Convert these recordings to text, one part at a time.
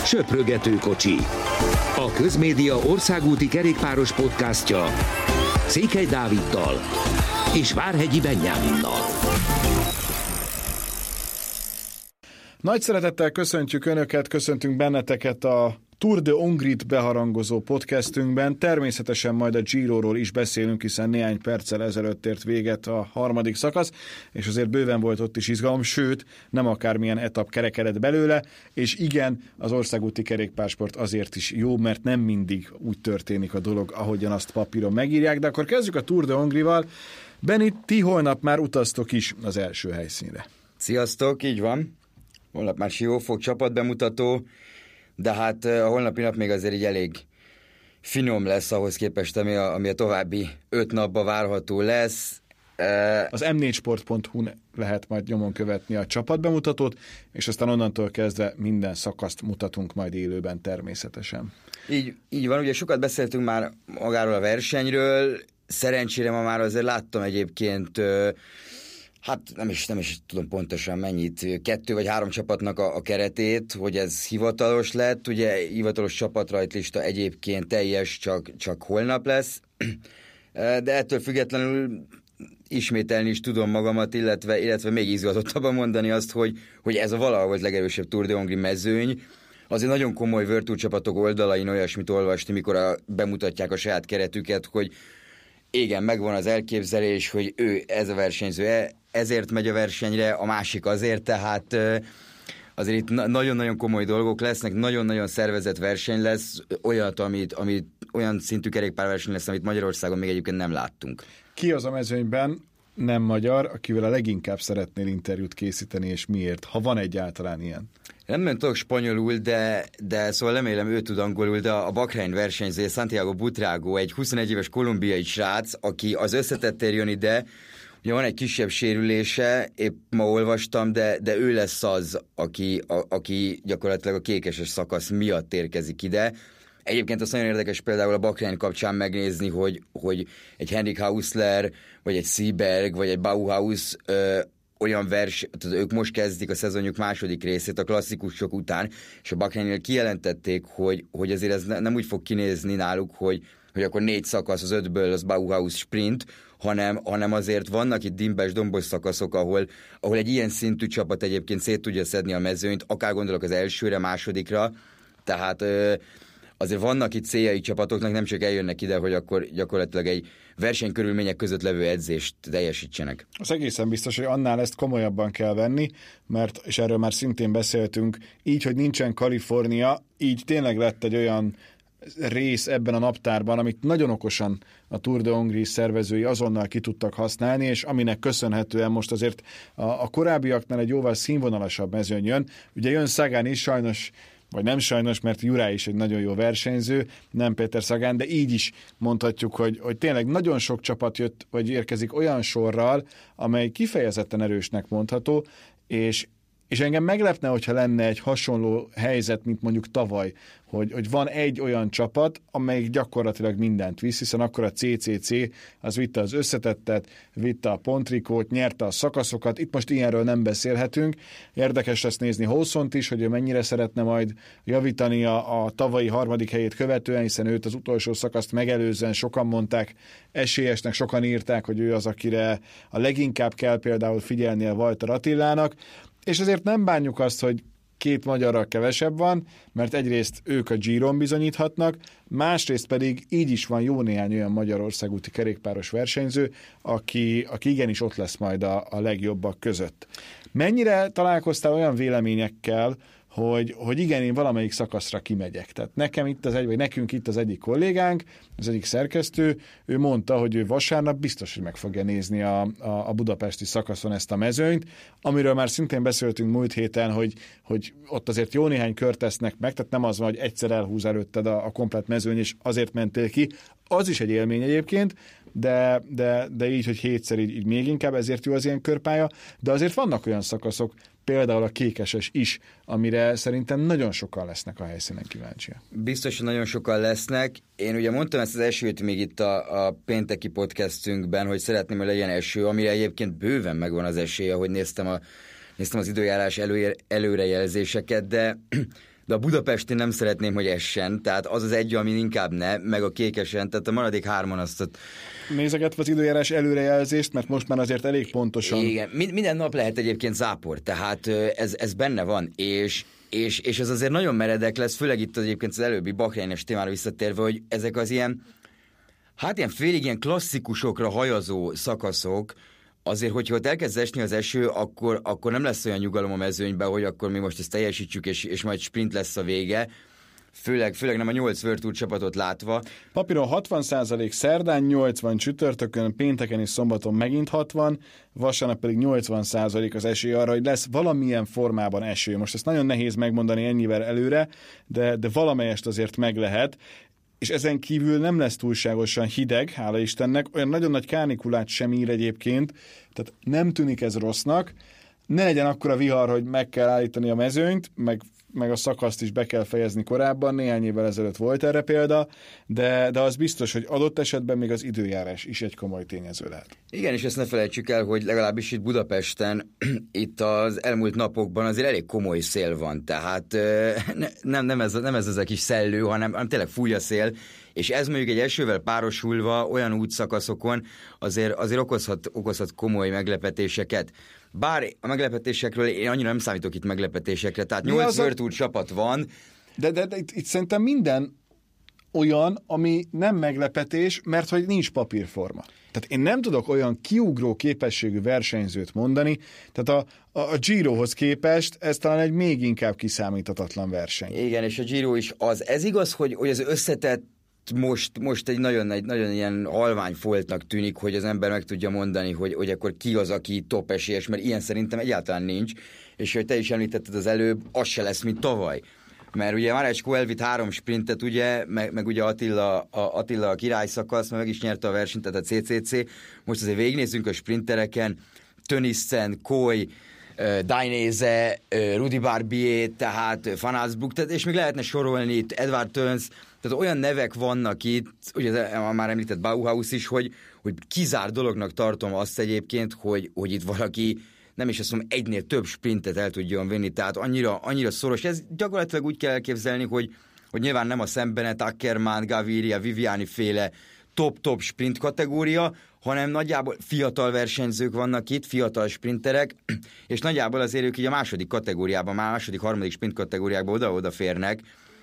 Söprögető kocsi. A Közmédia országúti kerékpáros podcastja Székely Dáviddal és Várhegyi Benyáminnal. Nagy szeretettel köszöntjük Önöket, köszöntünk benneteket a Tour de Hongrit beharangozó podcastünkben. Természetesen majd a Giroról is beszélünk, hiszen néhány perccel ezelőtt ért véget a harmadik szakasz, és azért bőven volt ott is izgalom, sőt, nem akármilyen etap kerekedett belőle, és igen, az országúti kerékpársport azért is jó, mert nem mindig úgy történik a dolog, ahogyan azt papíron megírják, de akkor kezdjük a Tour de Hongrival. Benni, ti holnap már utaztok is az első helyszínre. Sziasztok, így van. Holnap már Siófok csapatbemutató, de hát a holnapi nap még azért így elég finom lesz ahhoz képest, ami a további 5 napba várható lesz. Az m4sport.hu-n lehet majd nyomon követni a csapatbemutatót, és aztán onnantól kezdve minden szakaszt mutatunk majd élőben természetesen. Így van, ugye sokat beszéltünk már magáról a versenyről, szerencsére ma már azért láttam egyébként, hát nem is tudom pontosan mennyit, 2 vagy 3 csapatnak a keretét, hogy ez hivatalos lett. Ugye hivatalos csapatrajtlista egyébként teljes, csak holnap lesz, de ettől függetlenül ismételni is tudom magamat, illetve még izgatottabban mondani azt, hogy ez a valaha volt legerősebb Tour de Hongri mezőny. Azért nagyon komoly World Tour csapatok oldalain olyasmit olvasni, mikor bemutatják a saját keretüket, hogy igen, megvan az elképzelés, hogy ez a versenyző ezért megy a versenyre, a másik azért, tehát azért itt nagyon-nagyon komoly dolgok lesznek, nagyon-nagyon szervezett verseny lesz, olyan szintű kerékpárverseny lesz, amit Magyarországon még egyébként nem láttunk. Ki az a mezőnyben nem magyar, akivel a leginkább szeretnél interjút készíteni, és miért, ha van egyáltalán ilyen? Nem tudok spanyolul, de szóval remélem ő tud angolul, de a Bahrein versenyző, Santiago Buitrago, egy 21 éves kolumbiai srác, aki az összetettért jön ide, ugye van egy kisebb sérülése, épp ma olvastam, de ő lesz az, aki gyakorlatilag a kékeses szakasz miatt érkezik ide. Egyébként az nagyon érdekes például a Bahrein kapcsán megnézni, hogy egy Henrik Hausler, vagy egy Seeberg, vagy egy Bauhaus olyan ők most kezdik a szezonjuk második részét a klasszikusok után, és a Bahreinnél kijelentették, hogy azért ez nem úgy fog kinézni náluk, hogy akkor 4 szakasz, az 5-ből az Bauhaus sprint, hanem azért vannak itt dimbes, dombos szakaszok, ahol egy ilyen szintű csapat egyébként szét tudja szedni a mezőnyt, akár gondolok az elsőre, másodikra, tehát azért vannak itt céljai csapatoknak, nem csak eljönnek ide, hogy akkor gyakorlatilag egy versenykörülmények között levő edzést teljesítsenek. Az egészen biztos, hogy annál ezt komolyabban kell venni, mert, és erről már szintén beszéltünk, így, hogy nincsen Kalifornia, így tényleg lett egy olyan rész ebben a naptárban, amit nagyon okosan a Tour de Hongri szervezői azonnal ki tudtak használni, és aminek köszönhetően most azért a korábbiaknál egy jóval színvonalasabb mezőny jön. Ugye jön Sagan is, sajnos vagy nem sajnos, mert Juraj is egy nagyon jó versenyző, nem Peter Sagan, de így is mondhatjuk, hogy tényleg nagyon sok csapat jött, vagy érkezik olyan sorral, amely kifejezetten erősnek mondható, és engem meglepne, hogyha lenne egy hasonló helyzet, mint mondjuk tavaly, hogy van egy olyan csapat, amelyik gyakorlatilag mindent visz, hiszen akkor a CCC az vitte az összetettet, vitte a pontrikót, nyerte a szakaszokat, itt most ilyenről nem beszélhetünk. Érdekes lesz nézni Hawsont is, hogy ő mennyire szeretne majd javítani a tavalyi harmadik helyét követően, hiszen őt az utolsó szakaszt megelőzően sokan mondták esélyesnek, sokan írták, hogy ő az, akire a leginkább kell például figyelni a Walter Attilának, és azért nem bánjuk azt, hogy 2 magyarral kevesebb van, mert egyrészt ők a Giron bizonyíthatnak, másrészt pedig így is van jó néhány olyan magyarországúti kerékpáros versenyző, aki igenis ott lesz majd a legjobbak között. Mennyire találkoztál olyan véleményekkel, hogy igen, én valamelyik szakaszra kimegyek. Tehát nekünk itt az egyik kollégánk, az egyik szerkesztő, ő mondta, hogy ő vasárnap biztos, hogy meg fogja nézni a budapesti szakaszon ezt a mezőnyt, amiről már szintén beszéltünk múlt héten, hogy ott azért jó néhány kört tesznek meg, tehát nem az van, hogy egyszer elhúz előtted a komplett mezőny, és azért mentél ki. Az is egy élmény egyébként, de így, hogy 7-szer így még inkább, ezért jó az ilyen körpálya, de azért vannak olyan szakaszok, például a kékeses is, amire szerintem nagyon sokan lesznek a helyszínen kíváncsiak. Biztosan nagyon sokan lesznek. Én ugye mondtam ezt az esőt még itt a pénteki podcastünkben, hogy szeretném, hogy legyen eső, amire egyébként bőven megvan az esélye, ahogy néztem az időjárás előrejelzéseket, de de a budapesti nem szeretném, hogy essen, tehát az az egy, ami inkább ne, meg a kékesen, tehát a maradék 3 azt ott... Nézegetve az időjárás előrejelzést, mert most már azért elég pontosan... Igen, minden nap lehet egyébként zápor, tehát ez benne van, és ez azért nagyon meredek lesz, főleg itt egyébként az előbbi Bahreines témára visszatérve, hogy ezek az ilyen, hát ilyen félig ilyen klasszikusokra hajazó szakaszok, azért, hogyha ott elkezd esni az eső, akkor nem lesz olyan nyugalom a mezőnyben, hogy akkor mi most ezt teljesítsük, és majd sprint lesz a vége. Főleg nem a 8 World Tour csapatot látva. Papíron 60% szerdán, 80 csütörtökön, pénteken és szombaton megint 60, vasárnap pedig 80% az esély arra, hogy lesz valamilyen formában eső. Most ezt nagyon nehéz megmondani ennyivel előre, de valamelyest azért meg lehet. És ezen kívül nem lesz túlságosan hideg, hála Istennek, olyan nagyon nagy kánikulát sem ír egyébként, tehát nem tűnik ez rossznak. Ne legyen akkora vihar, hogy meg kell állítani a mezőnyt, meg a szakaszt is be kell fejezni korábban, néhány évvel ezelőtt volt erre példa, de az biztos, hogy adott esetben még az időjárás is egy komoly tényező lehet. Igen, és ezt ne felejtsük el, hogy legalábbis itt Budapesten, itt az elmúlt napokban azért elég komoly szél van, tehát nem ez az a kis szellő, hanem tényleg fúj a szél, és ez mondjuk egy esővel párosulva olyan útszakaszokon azért okozhat komoly meglepetéseket. Bár a meglepetésekről én annyira nem számítok itt meglepetésekre, tehát 8 World Tour csapat van. De itt szerintem minden olyan, ami nem meglepetés, mert hogy nincs papírforma. Tehát én nem tudok olyan kiugró képességű versenyzőt mondani, tehát a Girohoz képest ez talán egy még inkább kiszámíthatatlan verseny. Igen, és a Giro is az. Ez igaz, hogy az összetett most egy nagyon ilyen halvány foltnak tűnik, hogy az ember meg tudja mondani, hogy akkor ki az, aki top esélyes, mert ilyen szerintem egyáltalán nincs, és hogy te is említetted az előbb, az se lesz, mint tavaly. Mert ugye Mareczko elvitt 3 sprintet, ugye, meg ugye Attila a királyszakasz, meg is nyerte a versenyt, tehát a CCC. Most azért végignézzünk a sprintereken, Tönnissen, Koy, Dainese, Rudy Barbier, tehát Van Arsbrook, tehát, és még lehetne sorolni itt Edvard Töns, tehát olyan nevek vannak itt, ugye már említett Bauhaus is, hogy kizár dolognak tartom azt egyébként, hogy itt valaki nem is azt mondom, egynél több sprintet el tudjon vinni, tehát annyira szoros. Ez gyakorlatilag úgy kell elképzelni, hogy nyilván nem a Sembenet, Ackermann, Gaviria, Viviani féle top sprint kategória, hanem nagyjából fiatal versenyzők vannak itt, fiatal sprinterek, és nagyjából azért ők így a második kategóriában, már második, harmadik sprint kategóriákban oda férnek,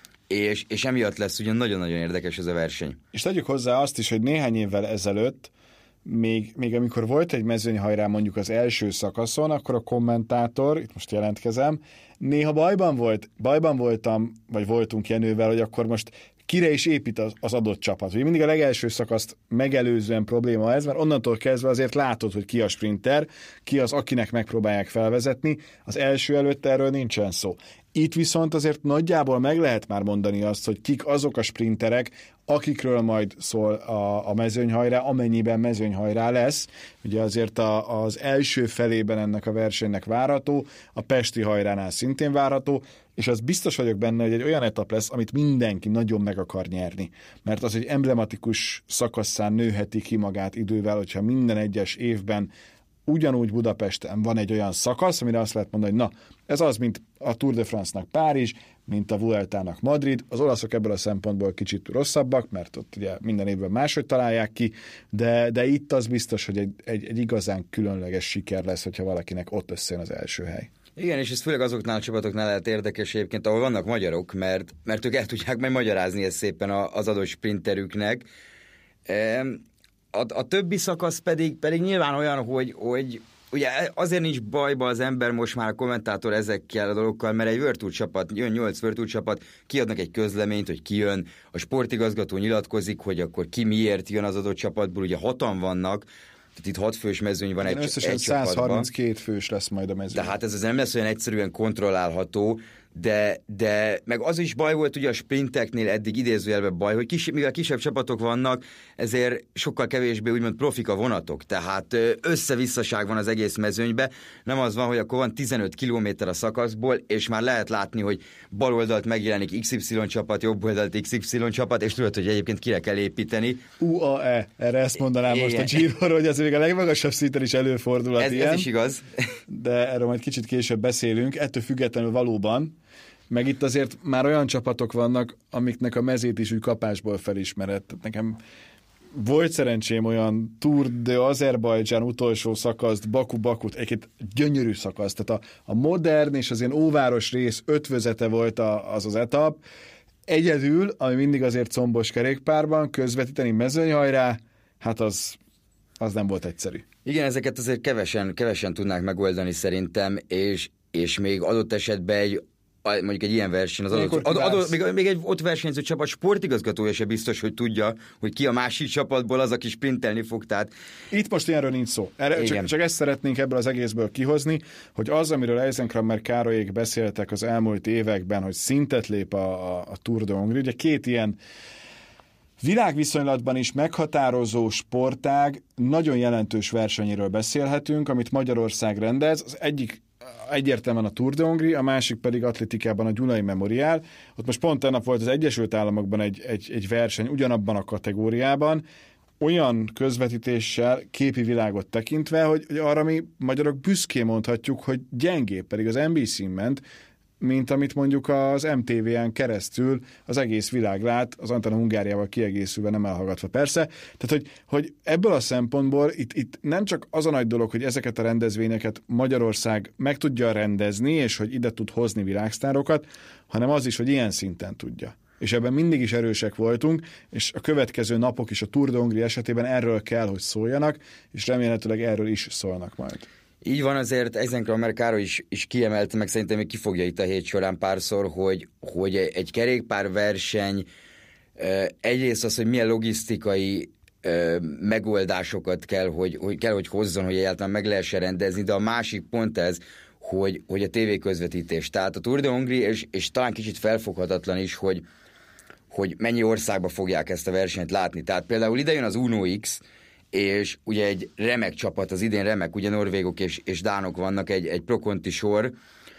és emiatt lesz ugyan nagyon-nagyon érdekes ez a verseny. És tegyük hozzá azt is, hogy néhány évvel ezelőtt, még amikor volt egy mezőnyhajrá mondjuk az első szakaszon, akkor a kommentátor, itt most jelentkezem, néha bajban voltam, vagy voltunk Jenővel, hogy akkor most kire is épít az adott csapat. Ugye mindig a legelső szakaszt megelőzően probléma ez, mert onnantól kezdve azért látod, hogy ki a sprinter, ki az, akinek megpróbálják felvezetni. Az első előtt erről nincsen szó. Itt viszont azért nagyjából meg lehet már mondani azt, hogy kik azok a sprinterek, akikről majd szól a mezőnyhajrá, amennyiben mezőnyhajrá lesz. Ugye azért az első felében ennek a versenynek várható, a pesti hajránál szintén várható, és az biztos vagyok benne, hogy egy olyan etap lesz, amit mindenki nagyon meg akar nyerni. Mert az egy emblematikus szakasszán nőheti ki magát idővel, hogyha minden egyes évben ugyanúgy Budapesten van egy olyan szakasz, amire azt lehet mondani, hogy na, ez az, mint a Tour de France-nak Párizs, mint a Vueltának Madrid. Az olaszok ebből a szempontból kicsit rosszabbak, mert ott ugye minden évben máshogy találják ki, de itt az biztos, hogy egy igazán különleges siker lesz, hogyha valakinek ott összejön az első hely. Igen, és ez főleg azoknál a csapatoknál lehet érdekes egyébként, ahol vannak magyarok, mert ők el tudják majd magyarázni ezt szépen az adott sprinterüknek. A többi szakasz pedig nyilván olyan, hogy ugye azért nincs bajba az ember most már a kommentátor ezekkel a dolgokkal, mert egy World Tour csapat, jön 8 World Tour csapat, kiadnak egy közleményt, hogy ki jön, a sportigazgató nyilatkozik, hogy akkor ki miért jön az adott csapatból, ugye 6-an vannak, tehát itt 6 fős mezőny van egy csapatban. 132 fős lesz majd a mezőny. Tehát ez nem lesz olyan egyszerűen kontrollálható, de meg az is baj volt ugye a sprinteknél eddig idézőjelben baj, hogy mivel kisebb csapatok vannak, ezért sokkal kevésbé úgymond profik a vonatok, tehát összevisszaság van az egész mezőnybe, nem az van, hogy akkor van 15 kilométer a szakaszból, és már lehet látni, hogy bal oldalt megjelenik XY csapat, jobb oldalt XY csapat, és tudod, hogy egyébként kire kell építeni. UAE, erre ezt mondanám most a Giro-ról, hogy ez még a legmagasabb szinten is előfordulhat ilyen. Ez is igaz. De erről majd kicsit később beszélünk, ettől függetlenül valóban meg itt azért már olyan csapatok vannak, amiknek a mezét is úgy kapásból felismered. Nekem volt szerencsém olyan Tour de Azerbajdzsán utolsó szakaszt, Baku-Bakut, egy gyönyörű szakasz, tehát a modern és az ilyen óváros rész ötvözete volt az etap. Egyedül, ami mindig azért combos kerékpárban, közvetíteni mezőnyhajrá, hát az nem volt egyszerű. Igen, ezeket azért kevesen tudnák megoldani szerintem, és még adott esetben mondjuk egy ilyen verseny, még egy ott versenyző csapat sportigazgatója se biztos, hogy tudja, hogy ki a másik csapatból az, aki sprintelni fog. Tehát... Itt most ilyenről nincs szó. Csak ezt szeretnénk ebből az egészből kihozni, hogy az, amiről Eisenkrammer Károlyék beszéltek az elmúlt években, hogy szintet lép a Tour de Hongrie, ugye két ilyen világviszonylatban is meghatározó sportág, nagyon jelentős versenyéről beszélhetünk, amit Magyarország rendez. Az egyik egyértelműen a Tour de Hongrie, a másik pedig atlétikában a Gyulai Memorial. Ott most pont tegnap volt az Egyesült Államokban egy verseny ugyanabban a kategóriában, olyan közvetítéssel, képi világot tekintve, hogy arra mi magyarok büszkén mondhatjuk, hogy gyengébb, pedig az NBC-n ment, mint amit mondjuk az MTV-en keresztül az egész világ lát, az Antena Hungáriával kiegészülve, nem elhallgatva persze. Tehát, hogy ebből a szempontból itt nem csak az a nagy dolog, hogy ezeket a rendezvényeket Magyarország meg tudja rendezni, és hogy ide tud hozni világsztárokat, hanem az is, hogy ilyen szinten tudja. És ebben mindig is erősek voltunk, és a következő napok is a Tour de Hongrie esetében erről kell, hogy szóljanak, és remélhetőleg erről is szólnak majd. Így van, azért Eisenkrammer Károly is kiemelte, meg szerintem még kifogja itt a hét során párszor, hogy egy kerékpárverseny egyrészt az, hogy milyen logisztikai megoldásokat kell, hogy hozzon, hogy egyáltalán meg lehessen rendezni, de a másik pont ez, hogy a tévéközvetítés. Tehát a Tour de Hongrie, és talán kicsit felfoghatatlan is, hogy mennyi országba fogják ezt a versenyt látni. Tehát például ide jön az Uno X, és ugye egy remek csapat, az idén remek, ugye norvégok és dánok vannak, egy pro-conti sor,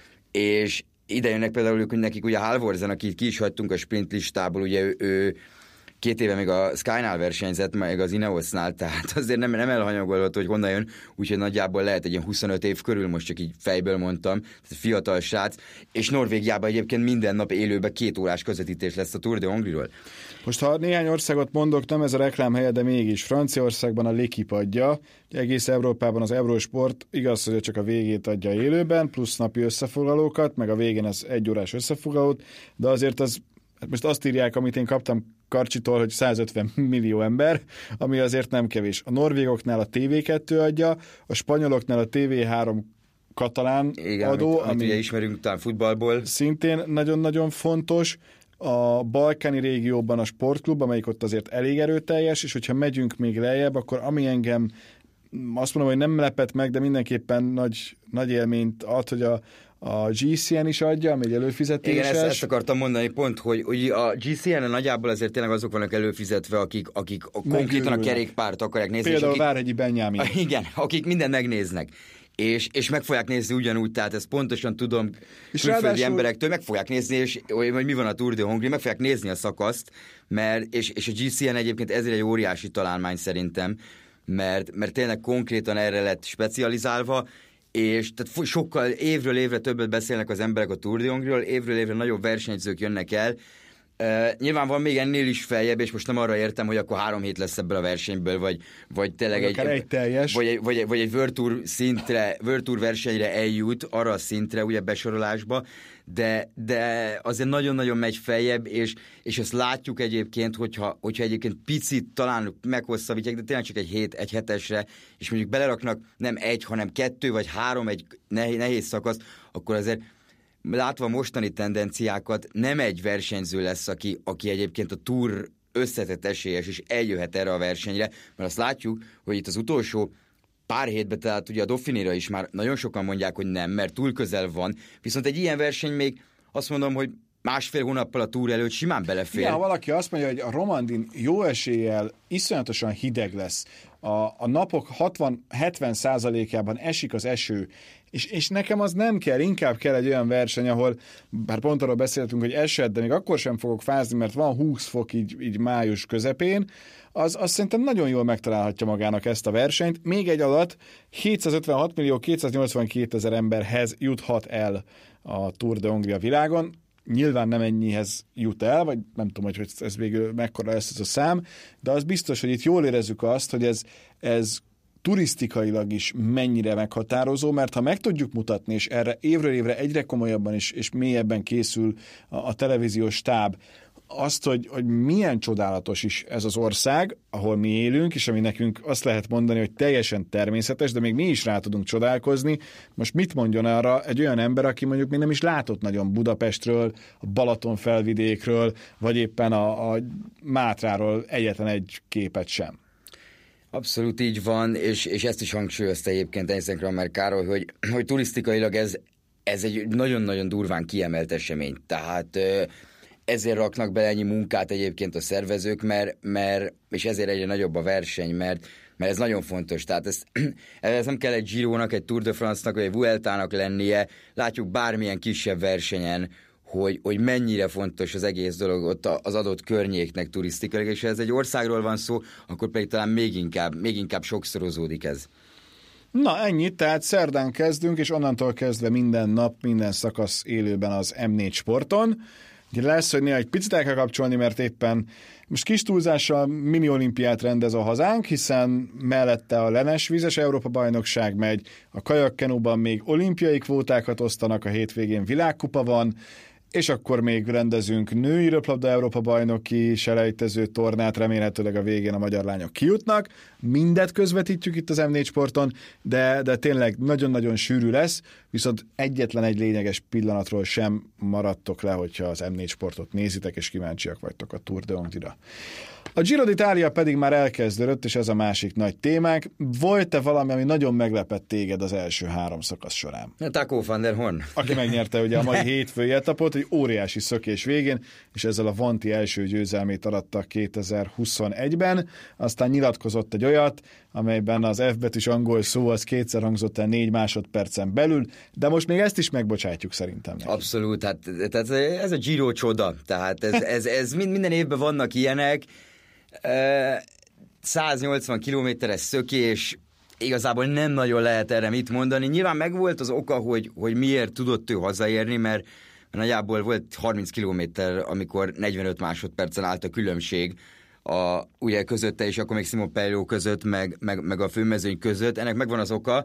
és ide jönnek például ők, nekik ugye Halvorsen, akit ki is hagytunk a sprint listából, ugye ő 2 éve még a Sky-nál versenyzett, meg az Ineosnál, tehát azért nem elhanyagolható, hogy honnan jön, úgyhogy nagyjából lehet egy ilyen 25 év körül, most csak így fejből mondtam, tehát fiatal srác, és Norvégiában egyébként minden nap élőben 2 órás közvetítés lesz a Tour de Hongrie-ról. Most ha néhány országot mondok, nem ez a reklámhelye, de mégis Franciaországban a L'Équipe adja, egész Európában az Eurosport, igaz, hogy csak a végét adja élőben, plusz napi összefoglalókat, meg a végén az 1 órás összefoglalót, de azért az, most azt írják, amit én kaptam Karcsitól, hogy 150 millió ember, ami azért nem kevés. A norvégoknál a TV2 adja, a spanyoloknál a TV3 katalán adó, amit ugye ismerünk talán futballból. Szintén nagyon-nagyon fontos. A balkáni régióban a sportklub, amelyik ott azért elég erőteljes, és hogyha megyünk még lejjebb, akkor ami engem azt mondom, hogy nem lepett meg, de mindenképpen nagy élményt ad, hogy a GCN is adja, ami egy előfizetéses. Igen, ezt akartam mondani pont, hogy a GCN-en nagyjából azért tényleg azok vannak előfizetve, akik konkrétan a kerékpárt akarják nézni. Például Várhegyi Benyámin. Igen, akik mindent megnéznek. És meg fogják nézni ugyanúgy, tehát ezt pontosan tudom külföldi emberektől, meg fogják nézni, és hogy mi van a Tour de Hongrie, meg fogják nézni a szakaszt, és a GCN egyébként ezért egy óriási találmány szerintem, mert tényleg konkrétan erre lett specializálva, és tehát sokkal évről évre többet beszélnek az emberek a Tour de Hongrie-ről, évről évre nagyobb versenyzők jönnek el. Nyilván van még ennél is feljebb, és most nem arra értem, hogy akkor 3 hét lesz ebből a versenyből, vagy tényleg egy teljes. Vagy egy World Tour szintre, World Tour versenyre eljut, arra a szintre, ugye besorolásba, de azért nagyon-nagyon megy feljebb, és ezt látjuk egyébként, hogyha egyébként picit talán meghosszabbítják, de tényleg csak egy hetesre, és mondjuk beleraknak nem 1, hanem 2 vagy 3 egy nehéz szakaszt, akkor azért látva a mostani tendenciákat, nem egy versenyző lesz, aki egyébként a Tour összetett esélyes, és eljöhet erre a versenyre, mert azt látjuk, hogy itt az utolsó pár hétben, tehát ugye a Dauphinéra is már nagyon sokan mondják, hogy nem, mert túl közel van, viszont egy ilyen verseny még azt mondom, hogy 1,5 hónappal a Tour előtt simán belefér. Igen, ha valaki azt mondja, hogy a Romandin jó eséllyel iszonyatosan hideg lesz, a napok 60-70%-ában esik az eső, és nekem az nem kell, inkább kell egy olyan verseny, ahol, bár pont arról beszéltünk, hogy esett, de még akkor sem fogok fázni, mert van 20 fok így május közepén, az szerintem nagyon jól megtalálhatja magának ezt a versenyt. Még egy adat, 756.282.000 emberhez juthat el a Tour de Hongrie a világon. nyilván nem ennyihez jut el, vagy nem tudom, hogy ez végül mekkora lesz ez a szám, de az biztos, hogy itt jól érezzük azt, hogy ez turisztikailag is mennyire meghatározó, mert ha meg tudjuk mutatni, és erre évről évre egyre komolyabban és mélyebben készül a televíziós stáb, azt, hogy milyen csodálatos is ez az ország, ahol mi élünk, és ami nekünk azt lehet mondani, hogy teljesen természetes, de még mi is rá tudunk csodálkozni. Most mit mondjon arra egy olyan ember, aki mondjuk még nem is látott nagyon Budapestről, a Balaton felvidékről, vagy éppen a Mátráról egyetlen egy képet sem? Abszolút így van, és ezt is hangsúlyozta egyébként Einstein Kramer Károly, hogy turisztikailag ez egy nagyon-nagyon durván kiemelt esemény. Tehát ezért raknak bele ennyi munkát egyébként a szervezők, mert és ezért egyre nagyobb a verseny, mert ez nagyon fontos. Tehát ez nem kell egy Girónak, egy Tour de France-nak, vagy egy Vueltának lennie. Látjuk bármilyen kisebb versenyen, hogy mennyire fontos az egész dolog ott az adott környéknek turisztikailag, és ha ez egy országról van szó, akkor pedig talán még inkább sokszorozódik ez. Na ennyit, tehát szerdán kezdünk, és onnantól kezdve minden nap, minden szakasz élőben az M4 Sporton. Ugye lesz, hogy néha egy picit el kell kapcsolni, mert éppen most kis túlzással mini olimpiát rendez a hazánk, hiszen mellette a Lenes vízes Európa-bajnokság megy, a kajakkenúban még olimpiai kvótákat osztanak, a hétvégén világkupa van, és akkor még rendezünk női röplabda Európa-bajnoki selejtező tornát, remélhetőleg a végén a magyar lányok kijutnak. Mindet közvetítjük itt az M4 Sporton, de tényleg nagyon-nagyon sűrű lesz, viszont egyetlen egy lényeges pillanatról sem maradtok le, hogyha az M4 Sportot nézitek, és kíváncsiak vagytok a Tour de Hongrie-ra. A Giro d'Italia pedig már elkezdődött, és ez a másik nagy témánk. Volt-e valami, ami nagyon meglepett téged az első 3 szakasz során? Taco van der Horn. Aki megnyerte ugye a mai hétfői etapot, egy óriási szökés végén, és ezzel a Vanti első győzelmét aratta 2021-ben. Aztán nyilatkozott egy olyat, amelyben az F betűs angol szó az kétszer hangzott el 4 másodpercen belül, de most még ezt is megbocsátjuk szerintem neki. Abszolút, tehát ez a Giro csoda, tehát ez minden évben vannak ilyenek, 180 kilométeres szökés, igazából nem nagyon lehet erre mit mondani. Nyilván megvolt az oka, hogy miért tudott ő hazaérni, mert nagyjából volt 30 kilométer, amikor 45 másodpercen állt a különbség ugye közötte, és akkor még Simon Pelló között, meg a főmezőny között. Ennek megvan az oka,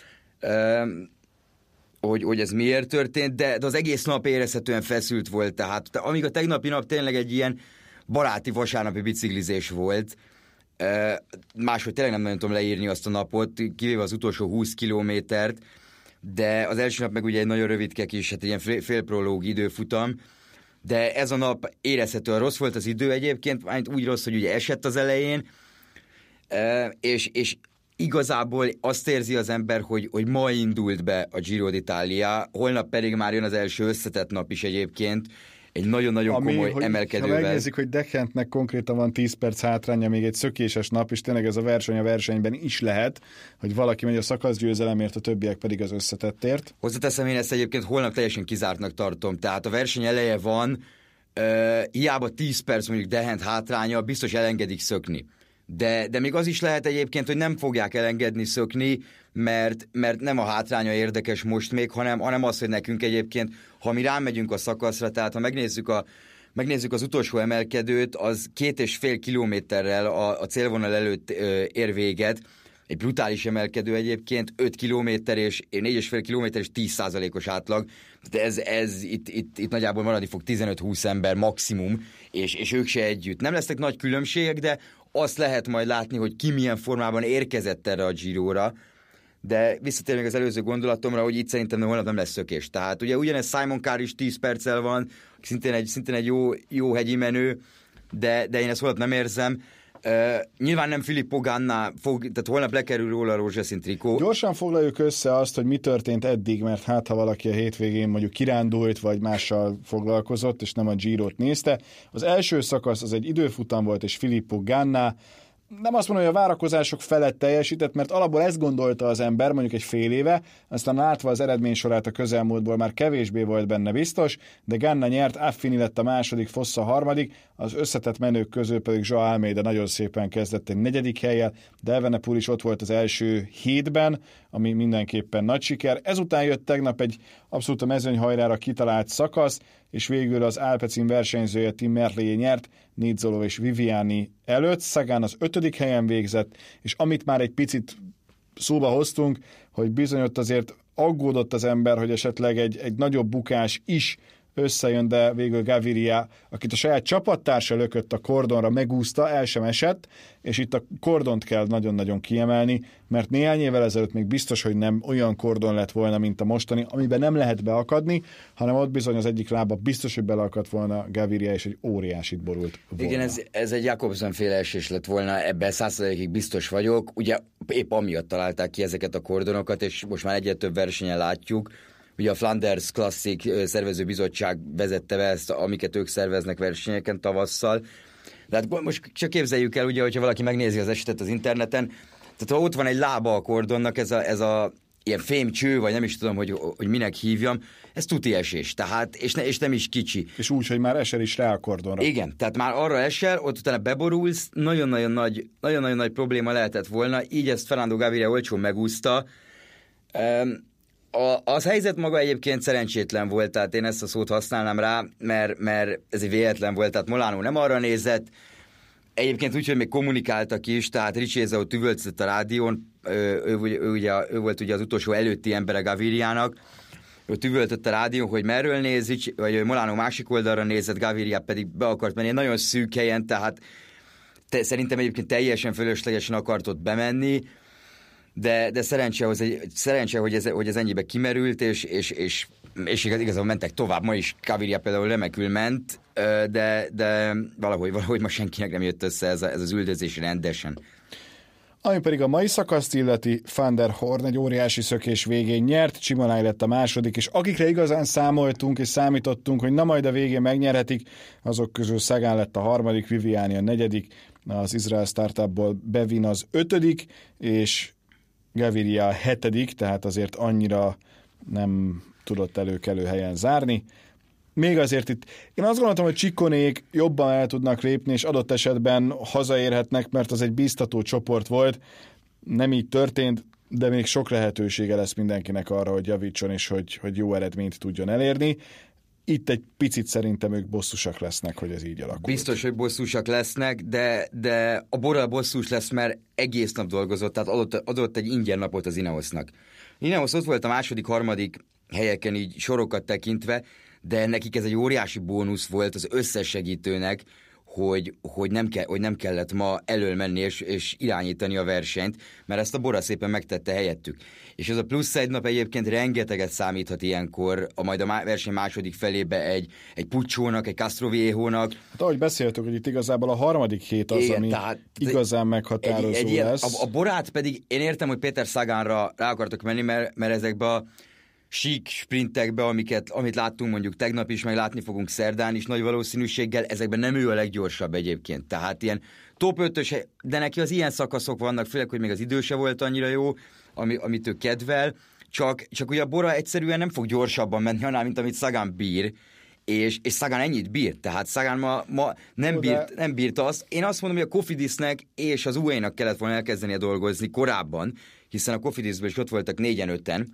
hogy ez miért történt, de az egész nap érezhetően feszült volt, tehát amíg a tegnapi nap tényleg egy ilyen baráti vasárnapi biciklizés volt, máshogy tényleg nem nagyon tudom leírni azt a napot, kivéve az utolsó 20 kilométert, de az első nap meg ugye egy nagyon rövidke kis, hát egy ilyen félprológ időfutam, de ez a nap érezhetően rossz volt az idő egyébként, úgy rossz, hogy ugye esett az elején, és igazából azt érzi az ember, hogy ma indult be a Giro d'Italia, holnap pedig már jön az első összetett nap is egyébként, egy nagyon-nagyon komoly emelkedővel. Ha megnézik, hogy Dekentnek konkrétan van 10 perc hátránya, még egy szökéses nap, és tényleg ez a verseny a versenyben is lehet, hogy valaki megy a szakaszgyőzelemért, a többiek pedig az összetettért. Hozzáteszem, én ezt egyébként holnap teljesen kizártnak tartom, tehát a verseny eleje van, hiába 10 perc mondjuk Dehent hátránya, biztos elengedik szökni. De még az is lehet egyébként, hogy nem fogják elengedni szökni, mert nem a hátránya érdekes most még, hanem az, hogy nekünk egyébként, ha mi rámegyünk a szakaszra, tehát ha megnézzük az utolsó emelkedőt, az 2,5 kilométerrel a célvonal előtt ér véget, egy brutális emelkedő egyébként, 5 kilométer és 4,5 kilométer és 10%-os átlag, de ez itt nagyjából maradni fog 15-20 ember maximum, és ők se együtt. Nem lesznek nagy különbségek, de azt lehet majd látni, hogy ki milyen formában érkezett erre a Giróra, de visszatérve még az előző gondolatomra, hogy itt szerintem holnap nem lesz szökés. Tehát ugye ugyanez Simon Carr is 10 perccel van, szintén egy jó hegyi menő, de én ezt holnap nem érzem. Nyilván nem Filippo Ganna tehát holnap lekerül róla a rózsaszín trikó. Gyorsan foglaljuk össze azt, hogy mi történt eddig, mert hát ha valaki a hétvégén mondjuk kirándult, vagy mással foglalkozott, és nem a Girot nézte. Az első szakasz az egy időfutam volt, és Filippo Ganna nem azt mondom, hogy a várakozások felett teljesített, mert alapból ezt gondolta az ember, mondjuk egy fél éve, aztán látva az eredménysorát a közelmúltból már kevésbé volt benne biztos, de Ganna nyert, Affini lett a második, Fossa a harmadik, az összetett menők közül pedig Joao Almeida nagyon szépen kezdett egy 4. hellyel, de Evenepoel is ott volt az első 7-ben, ami mindenképpen nagy siker. Ezután jött tegnap egy abszolút a mezőnyhajrára kitalált szakasz, és végül az Alpecin versenyzője Tim Merlier nyert, Nizzolo és Viviani előtt. Sagan az 5. helyen végzett, és amit már egy picit szóba hoztunk, hogy bizony ott azért aggódott az ember, hogy esetleg egy nagyobb bukás is összejön, de végül Gaviria, akit a saját csapattársa lökött a kordonra, megúszta, el sem esett, és itt a kordont kell nagyon-nagyon kiemelni, mert néhány évvel ezelőtt még biztos, hogy nem olyan kordon lett volna, mint a mostani, amiben nem lehet beakadni, hanem ott bizony az egyik lába biztos, hogy beleakadt volna Gaviria, és egy óriásit borult volna. Igen, ez egy Jakobsen-féle esés lett volna, ebben 100%-ig biztos vagyok. Ugye épp amiatt találták ki ezeket a kordonokat, és most már egyre több versenyen látjuk. Ugye a Flanders Classic szervezőbizottság vezette be ezt, amiket ők szerveznek versenyeken tavasszal. De hát most csak képzeljük el, ugye, hogyha valaki megnézi az esetet az interneten, tehát ha ott van egy lába a kordonnak, ez a ilyen fémcső, vagy nem is tudom, hogy minek hívjam, ez tuti esés, tehát, és nem is kicsi. És úgy, hogy már esel is rá a kordonra. Igen, tehát már arra esel, ott utána beborulsz, nagyon-nagyon nagy probléma lehetett volna, így ezt Fernando Gaviria olcsón megúszta. Az helyzet maga egyébként szerencsétlen volt, tehát én ezt a szót használnám rá, mert ez egy véletlen volt, tehát Molano nem arra nézett, egyébként úgy, hogy még kommunikáltak is, tehát Ricciezzo tüvölcött a rádión, ő volt ugye az utolsó előtti ember a Gaviriának, ő tüvöltött a rádión, hogy merről néz, vagy Molano másik oldalra nézett, Gaviria pedig be akart menni, nagyon szűk helyen, tehát szerintem egyébként teljesen fölöslegesen akart ott bemenni, de szerencse, hogy ez ennyibe kimerült, és igazából mentek tovább. Ma is Gaviria például remekül ment, de valahogy ma senkinek nem jött össze ez az üldözés rendesen. Ami pedig a mai szakaszt illeti, Van der Horn egy óriási szökés végén nyert, Csimonai lett a második, és akikre igazán számoltunk és számítottunk, hogy na majd a végén megnyerhetik, azok közül Sagan lett a harmadik, Viviani a negyedik, az Izrael Startupból Bevin az 5., és Gaviria a 7., tehát azért annyira nem tudott előkelő helyen zárni. Még azért itt, én azt gondoltam, hogy Csikkonék jobban el tudnak lépni, és adott esetben hazaérhetnek, mert az egy bíztató csoport volt. Nem így történt, de még sok lehetősége lesz mindenkinek arra, hogy javítson, és hogy jó eredményt tudjon elérni. Itt egy picit szerintem ők bosszusak lesznek, hogy ez így alakult. Biztos, hogy bosszusak lesznek, de a Bora bosszús lesz, mert egész nap dolgozott, tehát adott egy ingyen napot az Ineosnak. Ineos ott volt a második, harmadik helyeken így sorokat tekintve, de nekik ez egy óriási bónusz volt az összes segítőnek, hogy nem kellett ma elől menni és irányítani a versenyt, mert ezt a Bora szépen megtette helyettük. És ez a plusz egy nap egyébként rengeteget számíthat ilyenkor, majd a verseny második felébe egy Pucciónak, egy Castroviejónak. Hát ahogy beszéltük, hogy itt igazából a harmadik hét az, igen, ami igazán meghatározó lesz. A Borát pedig én értem, hogy Peter Saganra rá akartok menni, mert ezekbe a sík sprintekbe, amit láttunk mondjuk tegnap is, meg látni fogunk szerdán is nagy valószínűséggel, ezekben nem ő a leggyorsabb egyébként. Tehát ilyen top 5-ös, de neki az ilyen szakaszok vannak, főleg, hogy még az idő se volt annyira jó, amit ő kedvel, csak ugye a Bora egyszerűen nem fog gyorsabban menni annál, mint amit Sagan bír, és Sagan ennyit bírt, tehát Sagan ma nem bírta azt. Én azt mondom, hogy a Cofidisnek és az UAE-nak kellett volna elkezdenie dolgozni korábban, hiszen a Cofidisből is ott voltak 4-5-en,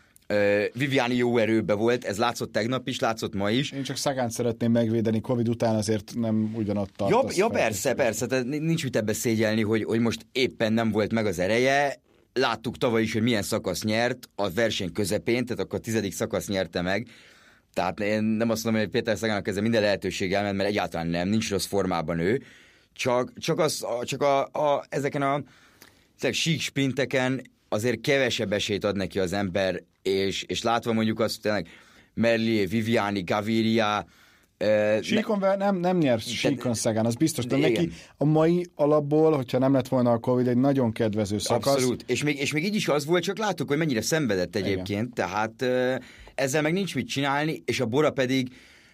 Viviani jó erőben volt, ez látszott tegnap is, látszott ma is. Én csak Sagant szeretném megvédeni, Covid után azért nem ugyanott tart. Ja, persze, tehát nincs mit ebbe szégyelni, hogy most éppen nem volt meg az ereje. Láttuk tavaly is, hogy milyen szakasz nyert a verseny közepén, tehát akkor a 10. szakasz nyerte meg. Tehát én nem azt mondom, hogy Péter Sagannak ezzel minden lehetőség elment, mert egyáltalán nem, nincs rossz formában ő. Csak ezeken a sík sprinteken azért kevesebb esélyt ad neki az ember, és látva mondjuk azt, tényleg Merlier, Viviani, Gaviria... Síkon nem nyer síkon Sagan, az biztos, de neki a mai alapból, hogyha nem lett volna a Covid, egy nagyon kedvező szakasz. Abszolút, és még így is az volt, csak láttuk, hogy mennyire szenvedett egyébként, igen. Tehát ezzel meg nincs mit csinálni, és a Bora pedig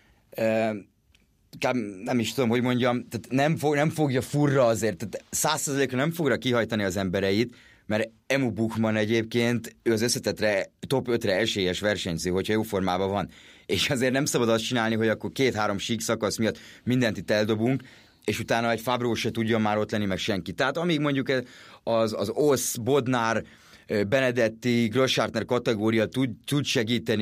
nem is tudom, hogy mondjam, tehát nem fogja furra azért, tehát 100%-ra nem fogja kihajtani az embereit, mert Emu Buchmann egyébként, ő az összetettre top 5-re esélyes versenyző, hogyha jó formában van. És azért nem szabad azt csinálni, hogy akkor 2-3 sík szakasz miatt mindent itt eldobunk, és utána egy Fabro se tudjon már ott lenni, meg senki. Tehát amíg mondjuk az Osz, Bodnár, Benedetti, Grosschartner kategória tud segíteni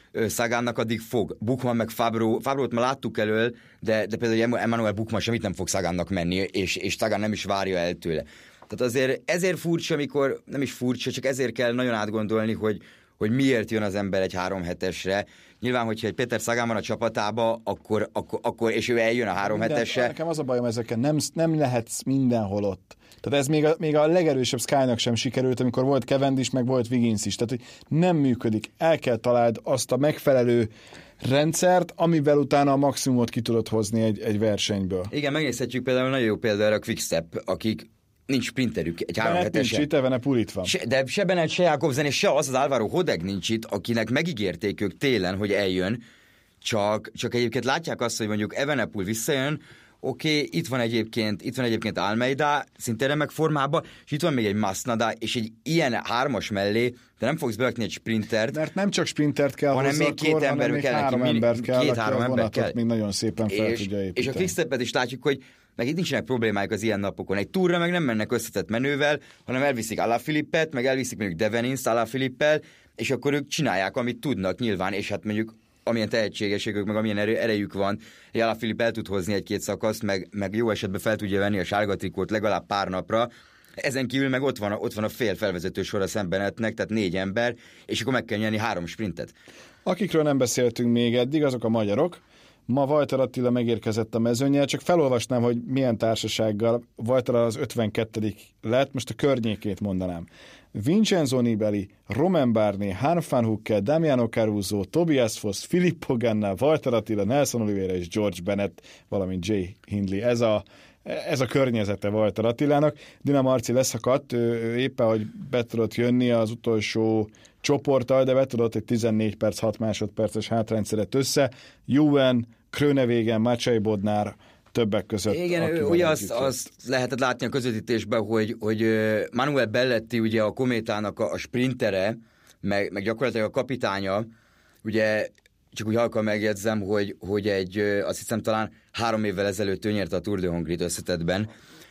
Sagannak, addig fog. Buchmann meg Fabrót már láttuk elől, de például Emmanuel Buchmann semmit nem fog Sagannak menni, és Sagan nem is várja el tőle. Tehát azért ezért furcsa, amikor, nem is furcsa, csak ezért kell nagyon átgondolni, hogy miért jön az ember egy 3-7-esre. Nyilván, hogyha egy Peter Sagan van a csapatába, akkor és ő eljön a 3-7-esre. Nekem az a bajom ezeken, nem lehetsz mindenhol ott. Tehát ez még a legerősebb Sky-nak sem sikerült, amikor volt Cavendish, meg volt Wiggins is. Tehát, hogy nem működik. El kell találd azt a megfelelő rendszert, amivel utána a maximumot ki tudod hozni egy versenyből. Igen, megnézhetjük például nagyon jó például a Quickstep, akik nincs sprinterük egy 3-7-esen. Nincs itt, Evenepoel itt van. De se Bennett, se Jakobsen, és se az Álvaro Hodeg nincs itt, akinek megígérték ők télen, hogy eljön, csak egyébként látják azt, hogy mondjuk Evenepoel visszajön, oké, itt van egyébként Almeida, szintén remek formában, és itt van még egy Masnada, és egy ilyen 3-as mellé, de nem fogsz berakni egy sprintert. Mert nem csak sprintert kell hanem hozzá, még két ember kell neki, 3 embert kell, két-három ember kell. Még nagyon szépen fel tudja építeni. És a Quickstepet is látjuk, hogy meg itt nincsenek problémáik az ilyen napokon. Egy túrra meg nem mennek összetett menővel, hanem elviszik Alaphilippet, meg elviszik mondjuk Deveninst Alaphilippel, és akkor ők csinálják, amit tudnak nyilván, és hát mondjuk amilyen tehetségességük, meg amilyen erejük van, hogy Alaphilipp el tud hozni egy-két szakaszt, meg jó esetben fel tudja venni a sárga trikót legalább pár napra. Ezen kívül meg ott van a fél felvezető sor a Bennettnek, tehát 4 ember, és akkor meg kell nyerni 3 sprintet. Akikről nem beszéltünk még eddig, azok a magyarok. Ma Walter Attila megérkezett a mezőnyel, csak felolvasnám, hogy milyen társasággal. Walter az 52. lett, most a környékét mondanám. Vincenzo Nibali, Romain Bardet, Han van Hooke, Damiano Caruso, Tobias Foss, Filippo Ganna, Walter Attila, Nelson Oliveira és George Bennett, valamint Jay Hindley. Ez a környezete Walter Attilának. Dina Marci leszakadt, ő éppen, hogy be tudott jönni az utolsó csoporttal, de be tudott egy 14 perc, 6 másodperces hátrányt szedett össze. Juven, Krönewegen, Maciej Bodnár többek között. Igen, ugye azt lehetett látni a közvetítésben, hogy Manuel Belletti, ugye a Kométának a sprintere, meg gyakorlatilag a kapitánya, ugye csak úgy halkan megjegyzem, hogy azt hiszem talán 3 évvel ezelőtt ő nyerte a Tour de Hongrie-t összetettben.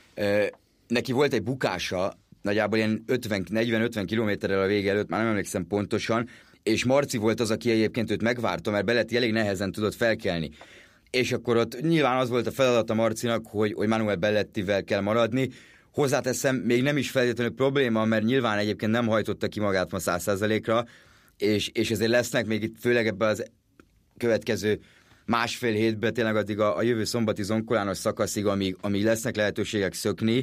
Neki volt egy bukása, nagyjából ilyen 40-50 kilométerrel a vége előtt, már nem emlékszem pontosan, és Marci volt az, aki egyébként őt megvárta, mert Belletti elég nehezen tudott felkelni. És akkor ott nyilván az volt a feladata Marcinak, hogy Manuel Bellettivel kell maradni. Hozzáteszem, még nem is feltétlenül probléma, mert nyilván egyébként nem hajtotta ki magát ma 100%-ra, és ezért lesznek még itt főleg ebben az következő 1,5 hétben, tényleg addig a jövő szombati zonkolános szakaszig, amíg lesznek lehetőségek szökni.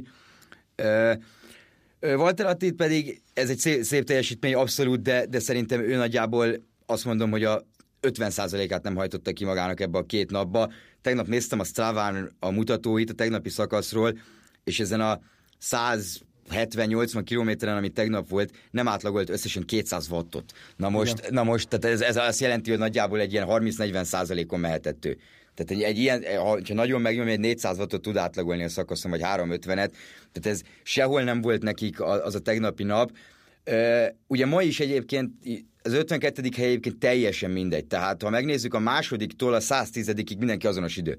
Walter Attit pedig, ez egy szép teljesítmény abszolút, de szerintem ő nagyjából azt mondom, hogy a 50%-át nem hajtotta ki magának ebbe a 2 napba. Tegnap néztem a Stráván a mutatóit a tegnapi szakaszról, és ezen a 170-80 kilométeren, ami tegnap volt, nem átlagolt összesen 200 wattot. Na most tehát ez azt jelenti, hogy nagyjából egy ilyen 30-40%-on mehetett ő. Tehát egy ilyen, ha nagyon megnyomja, egy 400 wattot tud átlagolni a szakaszon, vagy 350-et, tehát ez sehol nem volt nekik az a tegnapi nap. Ugye ma is egyébként az 52. hely egyébként teljesen mindegy. Tehát ha megnézzük a másodiktól a 110-ig mindenki azonos idő.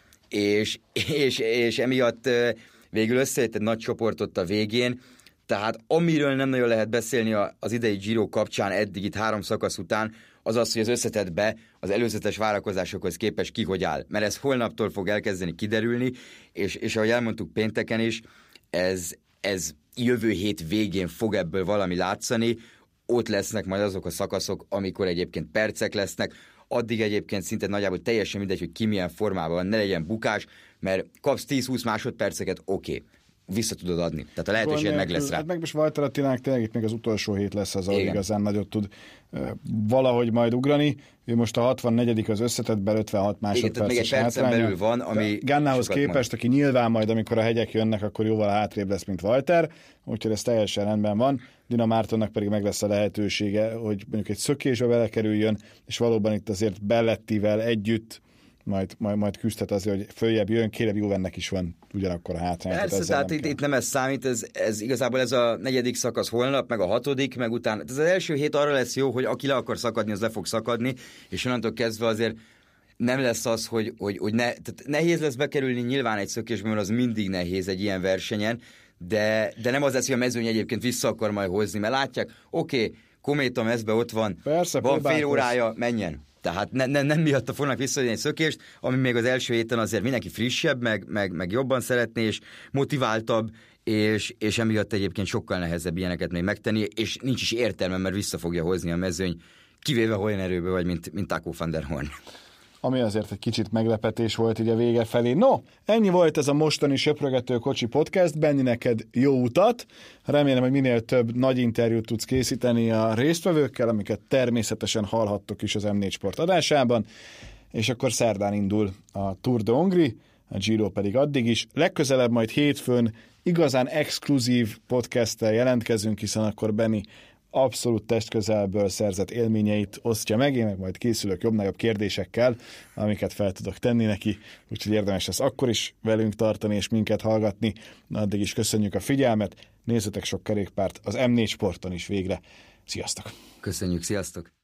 És emiatt végül összejött egy nagy csoportot a végén, tehát amiről nem nagyon lehet beszélni az idei Giro kapcsán eddig itt 3 szakasz után, az az, hogy az összetettbe az előzetes várakozásokhoz képest ki hogy áll. Mert ez holnaptól fog elkezdeni kiderülni, és ahogy elmondtuk pénteken is, ez jövő hét végén fog ebből valami látszani, ott lesznek majd azok a szakaszok, amikor egyébként percek lesznek, addig egyébként szinte nagyjából teljesen mindegy, hogy ki milyen formában van, ne legyen bukás, mert kapsz 10-20 másodperceket, oké. Vissza tudod adni. Tehát a lehetőség meg lesz rá. Hát meg most Walter Attilának tényleg itt még az utolsó hét lesz az, ahol igazán nagyot tud valahogy majd ugrani. Ő most a 64. az összetettben 56 másodperces még egy percen belül van, ami Gannához képest, aki nyilván majd, amikor a hegyek jönnek, akkor jóval hátrébb lesz, mint Walter, úgyhogy ez teljesen rendben van. Dina Mártonnak pedig meg lesz a lehetősége, hogy mondjuk egy szökésbe belekerüljön, és valóban itt azért Bellettivel együtt majd küzdhet azért, hogy följebb jön, kérem Juvennek is van ugyanakkor a hátrány. Persze, tehát itt nem ez számít, ez igazából ez a 4. szakasz holnap, meg a 6., meg utána. Ez az első hét arra lesz jó, hogy aki le akar szakadni, az le fog szakadni, és onnantól kezdve azért nem lesz az, hogy tehát nehéz lesz bekerülni nyilván egy szökésben, mert az mindig nehéz egy ilyen versenyen, de nem az lesz, hogy a mezőny egyébként vissza akar majd hozni, mert látják, oké, Kométa mezbe ott van, persze, van fél órája, menjen. Tehát nem miatt fognak visszaadni egy szökést, ami még az első héten azért mindenki frissebb, meg jobban szeretné, és motiváltabb, és emiatt egyébként sokkal nehezebb ilyeneket még megtenni, és nincs is értelme, mert vissza fogja hozni a mezőny, kivéve olyan erőbe vagy, mint Taco van der Horn. Ami azért egy kicsit meglepetés volt így a vége felé. No, ennyi volt ez a mostani Söprögető Kocsi Podcast. Benni, neked jó utat. Remélem, hogy minél több nagy interjút tudsz készíteni a résztvevőkkel, amiket természetesen hallhattok is az M4 Sport adásában. És akkor szerdán indul a Tour de Hongrie, a Giro pedig addig is. Legközelebb majd hétfőn igazán exkluzív podcasttel jelentkezünk, hiszen akkor Benni abszolút testközelből szerzett élményeit osztja meg, én meg majd készülök jobb-nagyobb kérdésekkel, amiket fel tudok tenni neki, úgyhogy érdemes lesz akkor is velünk tartani és minket hallgatni. Addig is köszönjük a figyelmet, nézzetek sok kerékpárt az M4 Sporton is végre. Sziasztok! Köszönjük, sziasztok!